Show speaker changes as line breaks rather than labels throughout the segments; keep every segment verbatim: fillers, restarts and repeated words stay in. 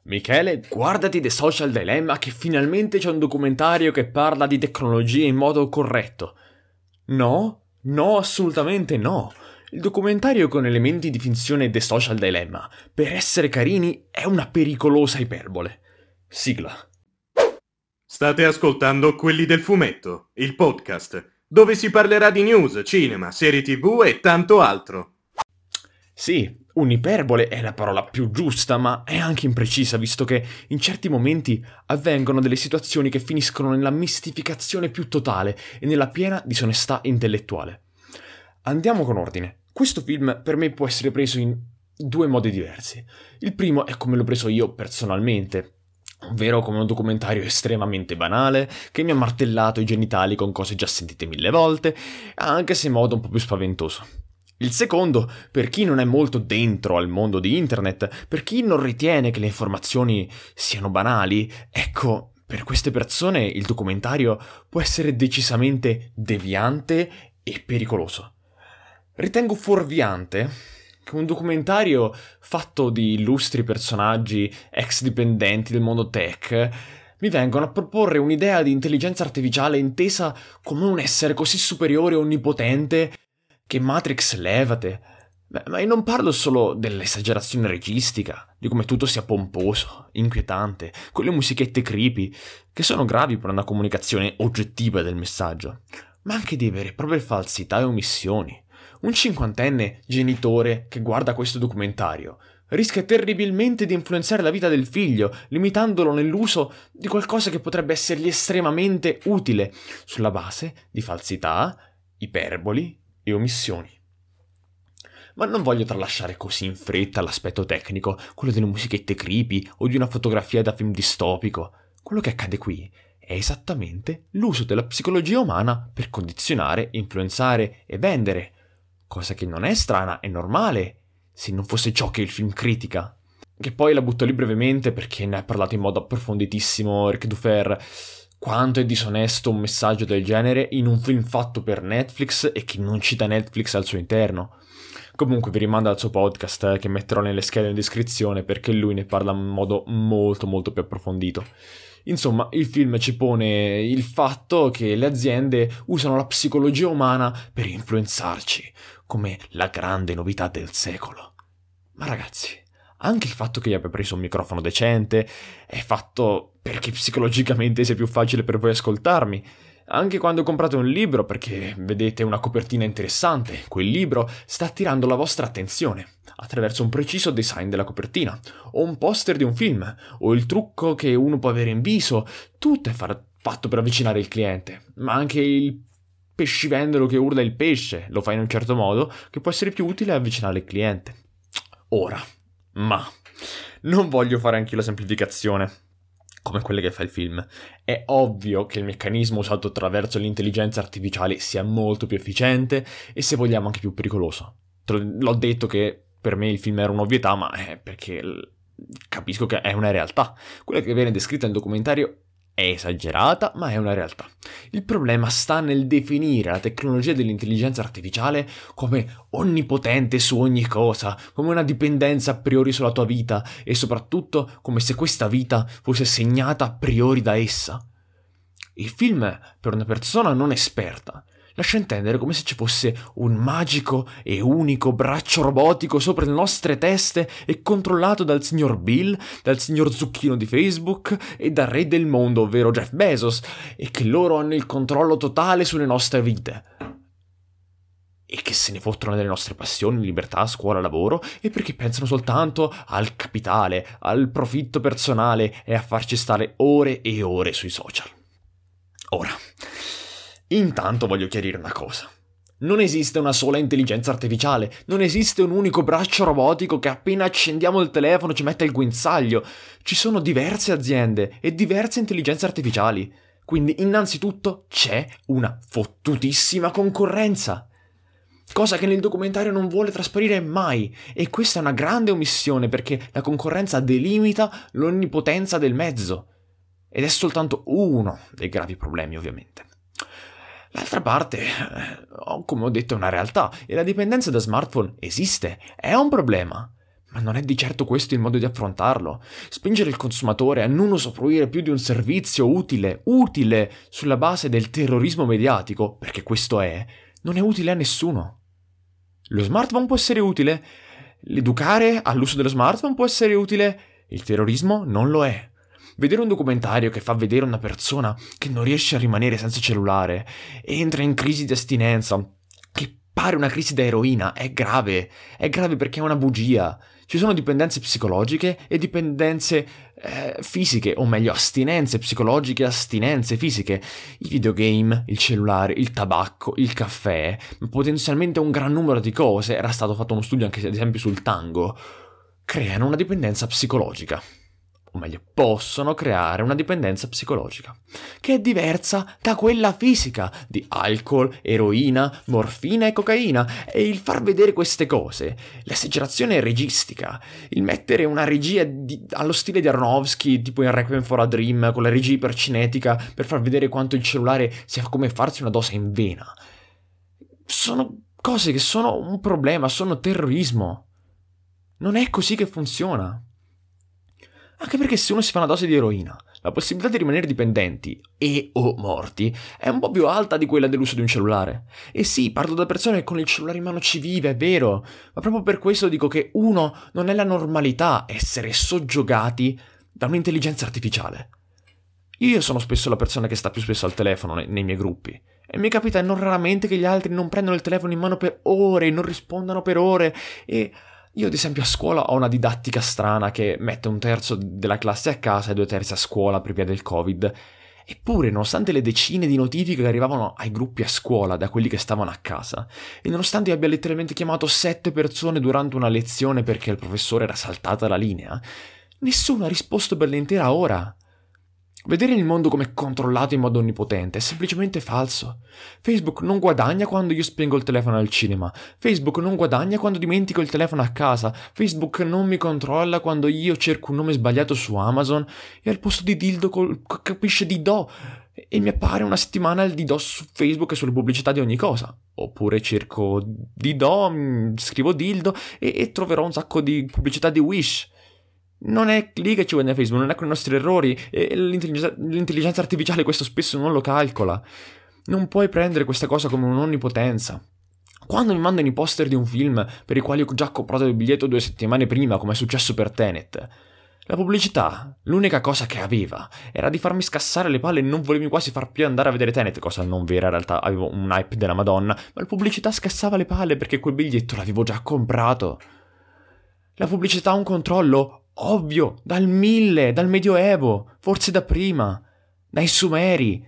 Michele, guardati The Social Dilemma che finalmente c'è un documentario che parla di tecnologia in modo corretto. No, no, assolutamente no. Il documentario con elementi di finzione The Social Dilemma, per essere carini, è una pericolosa iperbole. Sigla.
State ascoltando Quelli del Fumetto, il podcast, dove si parlerà di news, cinema, serie tv e tanto altro.
Sì, un'iperbole è la parola più giusta, ma è anche imprecisa, visto che in certi momenti avvengono delle situazioni che finiscono nella mistificazione più totale e nella piena disonestà intellettuale. Andiamo con ordine. Questo film per me può essere preso in due modi diversi. Il primo è come l'ho preso io personalmente, ovvero come un documentario estremamente banale, che mi ha martellato i genitali con cose già sentite mille volte, anche se in modo un po' più spaventoso. Il secondo, per chi non è molto dentro al mondo di internet, per chi non ritiene che le informazioni siano banali, ecco, per queste persone il documentario può essere decisamente deviante e pericoloso. Ritengo fuorviante che un documentario fatto di illustri personaggi ex dipendenti del mondo tech mi vengano a proporre un'idea di intelligenza artificiale intesa come un essere così superiore e onnipotente che Matrix levate. Beh, ma io non parlo solo dell'esagerazione registica, di come tutto sia pomposo, inquietante, con le musichette creepy, che sono gravi per una comunicazione oggettiva del messaggio, ma anche di vere e proprie falsità e omissioni. Un cinquantenne genitore che guarda questo documentario rischia terribilmente di influenzare la vita del figlio, limitandolo nell'uso di qualcosa che potrebbe essergli estremamente utile, sulla base di falsità, iperboli e omissioni. Ma non voglio tralasciare così in fretta l'aspetto tecnico, quello delle musichette creepy o di una fotografia da film distopico. Quello che accade qui è esattamente l'uso della psicologia umana per condizionare, influenzare e vendere, cosa che non è strana e normale se non fosse ciò che il film critica. Che poi la butto lì brevemente perché ne ha parlato in modo approfonditissimo Eric Dufer. Quanto è disonesto un messaggio del genere in un film fatto per Netflix e che non cita Netflix al suo interno. Comunque vi rimando al suo podcast eh, che metterò nelle schede in descrizione perché lui ne parla in modo molto molto più approfondito. Insomma, il film ci pone il fatto che le aziende usano la psicologia umana per influenzarci, come la grande novità del secolo. Ma ragazzi, anche il fatto che io abbia preso un microfono decente è fatto perché psicologicamente sia più facile per voi ascoltarmi. Anche quando comprate un libro perché vedete una copertina interessante, quel libro sta attirando la vostra attenzione attraverso un preciso design della copertina, o un poster di un film, o il trucco che uno può avere in viso. Tutto è far- fatto per avvicinare il cliente, ma anche il pescivendolo che urla il pesce lo fa in un certo modo che può essere più utile avvicinare il cliente. Ora, ma non voglio fare anch'io la semplificazione come quelle che fa il film. È ovvio che il meccanismo usato attraverso l'intelligenza artificiale sia molto più efficiente e, se vogliamo, anche più pericoloso. L'ho detto che per me il film era un'ovvietà, ma è perché capisco che è una realtà. Quella che viene descritta nel documentario è esagerata, ma è una realtà. Il problema sta nel definire la tecnologia dell'intelligenza artificiale come onnipotente su ogni cosa, come una dipendenza a priori sulla tua vita e soprattutto come se questa vita fosse segnata a priori da essa. Il film, per una persona non esperta, lascia intendere come se ci fosse un magico e unico braccio robotico sopra le nostre teste e controllato dal signor Bill, dal signor Zucchino di Facebook e dal re del mondo, ovvero Jeff Bezos, e che loro hanno il controllo totale sulle nostre vite. E che se ne fottono delle nostre passioni, libertà, scuola, lavoro, e perché pensano soltanto al capitale, al profitto personale e a farci stare ore e ore sui social. Ora, intanto voglio chiarire una cosa. Non esiste una sola intelligenza artificiale, non esiste un unico braccio robotico che appena accendiamo il telefono ci mette il guinzaglio. Ci sono diverse aziende e diverse intelligenze artificiali. Quindi innanzitutto c'è una fottutissima concorrenza. Cosa che nel documentario non vuole trasparire mai, e questa è una grande omissione perché la concorrenza delimita l'onnipotenza del mezzo. Ed è soltanto uno dei gravi problemi, ovviamente. L'altra parte, come ho detto, è una realtà e la dipendenza da smartphone esiste, è un problema, Ma non è di certo questo il modo di affrontarlo. Spingere il consumatore a non usufruire più di un servizio utile, utile sulla base del terrorismo mediatico, perché questo è, non è utile a nessuno. Lo smartphone può essere utile, l'educare all'uso dello smartphone può essere utile, il terrorismo non lo è. Vedere un documentario che fa vedere una persona che non riesce a rimanere senza cellulare e entra in crisi di astinenza, che pare una crisi da eroina, è grave, è grave perché è una bugia. Ci sono dipendenze psicologiche e dipendenze eh, fisiche, o meglio astinenze psicologiche e astinenze fisiche. I videogame, il cellulare, il tabacco, il caffè, potenzialmente un gran numero di cose, era stato fatto uno studio anche ad esempio sul tango, creano una dipendenza psicologica. O meglio, possono creare una dipendenza psicologica, che è diversa da quella fisica di alcol, eroina, morfina e cocaina. E il far vedere queste cose, l'esagerazione registica, il mettere una regia di, allo stile di Aronofsky, tipo in Requiem for a Dream, con la regia ipercinetica, per far vedere quanto il cellulare sia come farsi una dose in vena, sono cose che sono un problema, sono terrorismo. Non è così che funziona. Anche perché se uno si fa una dose di eroina, la possibilità di rimanere dipendenti e o morti è un po' più alta di quella dell'uso di un cellulare. E sì, parlo da persone che con il cellulare in mano ci vive, è vero, ma proprio per questo dico che uno, non è la normalità essere soggiogati da un'intelligenza artificiale. Io sono spesso la persona che sta più spesso al telefono nei, nei miei gruppi, e mi capita non raramente che gli altri non prendano il telefono in mano per ore, non rispondano per ore, e... Io ad esempio a scuola ho una didattica strana che mette un terzo della classe a casa e due terzi a scuola per via del Covid. Eppure, nonostante le decine di notifiche che arrivavano ai gruppi a scuola da quelli che stavano a casa, e nonostante io abbia letteralmente chiamato sette persone durante una lezione perché il professore era saltata la linea, nessuno ha risposto per l'intera ora. Vedere il mondo come controllato in modo onnipotente è semplicemente falso. Facebook non guadagna quando io spengo il telefono al cinema. Facebook non guadagna quando dimentico il telefono a casa. Facebook non mi controlla quando io cerco un nome sbagliato su Amazon e al posto di dildo col... capisce Didò e mi appare una settimana il Didò su Facebook e sulle pubblicità di ogni cosa. Oppure cerco Didò, scrivo dildo e, e troverò un sacco di pubblicità di Wish. Non è lì che ci guadagna Facebook, non è con i nostri errori, e l'intelligenza, l'intelligenza artificiale questo spesso non lo calcola. Non puoi prendere questa cosa come un'onnipotenza. Quando mi mandano i poster di un film per i quali ho già comprato il biglietto due settimane prima, come è successo per Tenet, la pubblicità, l'unica cosa che aveva era di farmi scassare le palle e non volevi quasi far più andare a vedere Tenet, cosa non vera, in realtà avevo un hype della Madonna, ma la pubblicità scassava le palle perché quel biglietto l'avevo già comprato. La pubblicità ha un controllo ovvio, dal mille, dal Medioevo, forse da prima, dai Sumeri.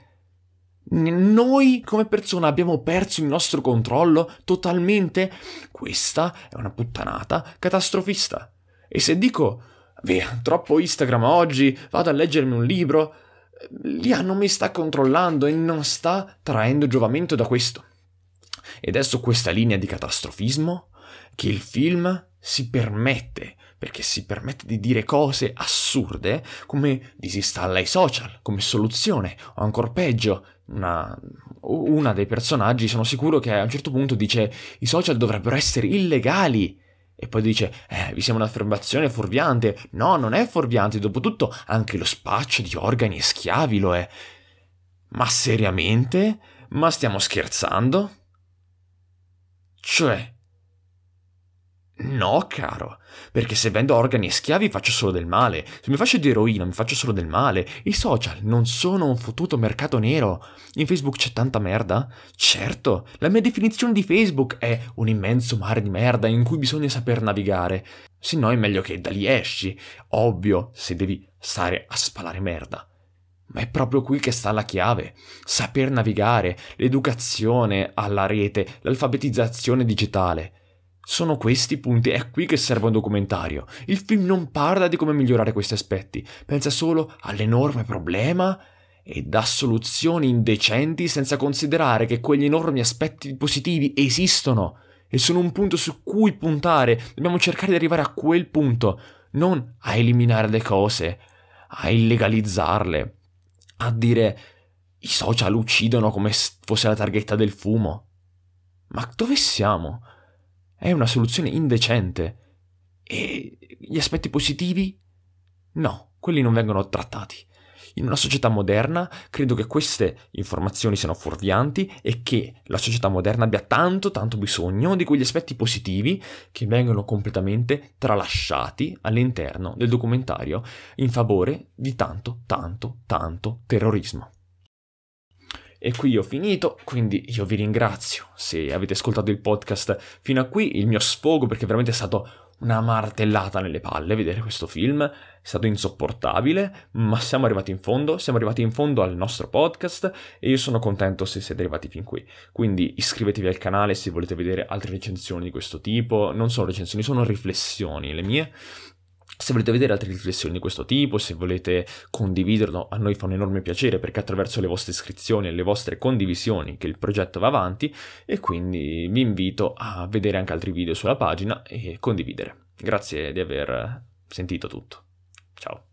Noi come persone abbiamo perso il nostro controllo totalmente. Questa è una puttanata catastrofista. E se dico, via, troppo Instagram oggi, vado a leggermi un libro, l'I A non mi sta controllando e non sta traendo giovamento da questo. Ed è su questa linea di catastrofismo che il film si permette, perché si permette di dire cose assurde come disinstalla i social come soluzione, o ancora peggio, una, una dei personaggi sono sicuro che a un certo punto dice i social dovrebbero essere illegali e poi dice eh, vi sembra un'affermazione fuorviante. No, non è fuorviante, dopotutto anche lo spaccio di organi e schiavi lo è. Ma seriamente? Ma stiamo scherzando? Cioè, no, caro, perché se vendo organi e schiavi faccio solo del male. Se mi faccio di eroina mi faccio solo del male. I social non sono un fottuto mercato nero. In Facebook c'è tanta merda? Certo, la mia definizione di Facebook è un immenso mare di merda in cui bisogna saper navigare. Se no è meglio che da lì esci. Ovvio, se devi stare a spalare merda. Ma è proprio qui che sta la chiave. Saper navigare, l'educazione alla rete, l'alfabetizzazione digitale. Sono questi punti, è qui che serve un documentario. Il film non parla di come migliorare questi aspetti, pensa solo all'enorme problema e dà soluzioni indecenti senza considerare che quegli enormi aspetti positivi esistono e sono un punto su cui puntare. Dobbiamo cercare di arrivare a quel punto, non a eliminare le cose, a illegalizzarle, a dire i social uccidono come fosse la targhetta del fumo. Ma dove siamo? È una soluzione indecente. E gli aspetti positivi? No, quelli non vengono trattati. In una società moderna credo che queste informazioni siano fuorvianti e che la società moderna abbia tanto tanto bisogno di quegli aspetti positivi che vengono completamente tralasciati all'interno del documentario in favore di tanto tanto tanto terrorismo. E qui ho finito, quindi io vi ringrazio se avete ascoltato il podcast fino a qui, il mio sfogo, perché veramente è stato una martellata nelle palle vedere questo film, è stato insopportabile, ma siamo arrivati in fondo, siamo arrivati in fondo al nostro podcast e io sono contento se siete arrivati fin qui. Quindi iscrivetevi al canale se volete vedere altre recensioni di questo tipo, non sono recensioni, sono riflessioni le mie. Se volete vedere altre riflessioni di questo tipo, se volete condividerlo, a noi fa un enorme piacere perché attraverso le vostre iscrizioni e le vostre condivisioni che il progetto va avanti, e quindi vi invito a vedere anche altri video sulla pagina e condividere. Grazie di aver sentito tutto. Ciao.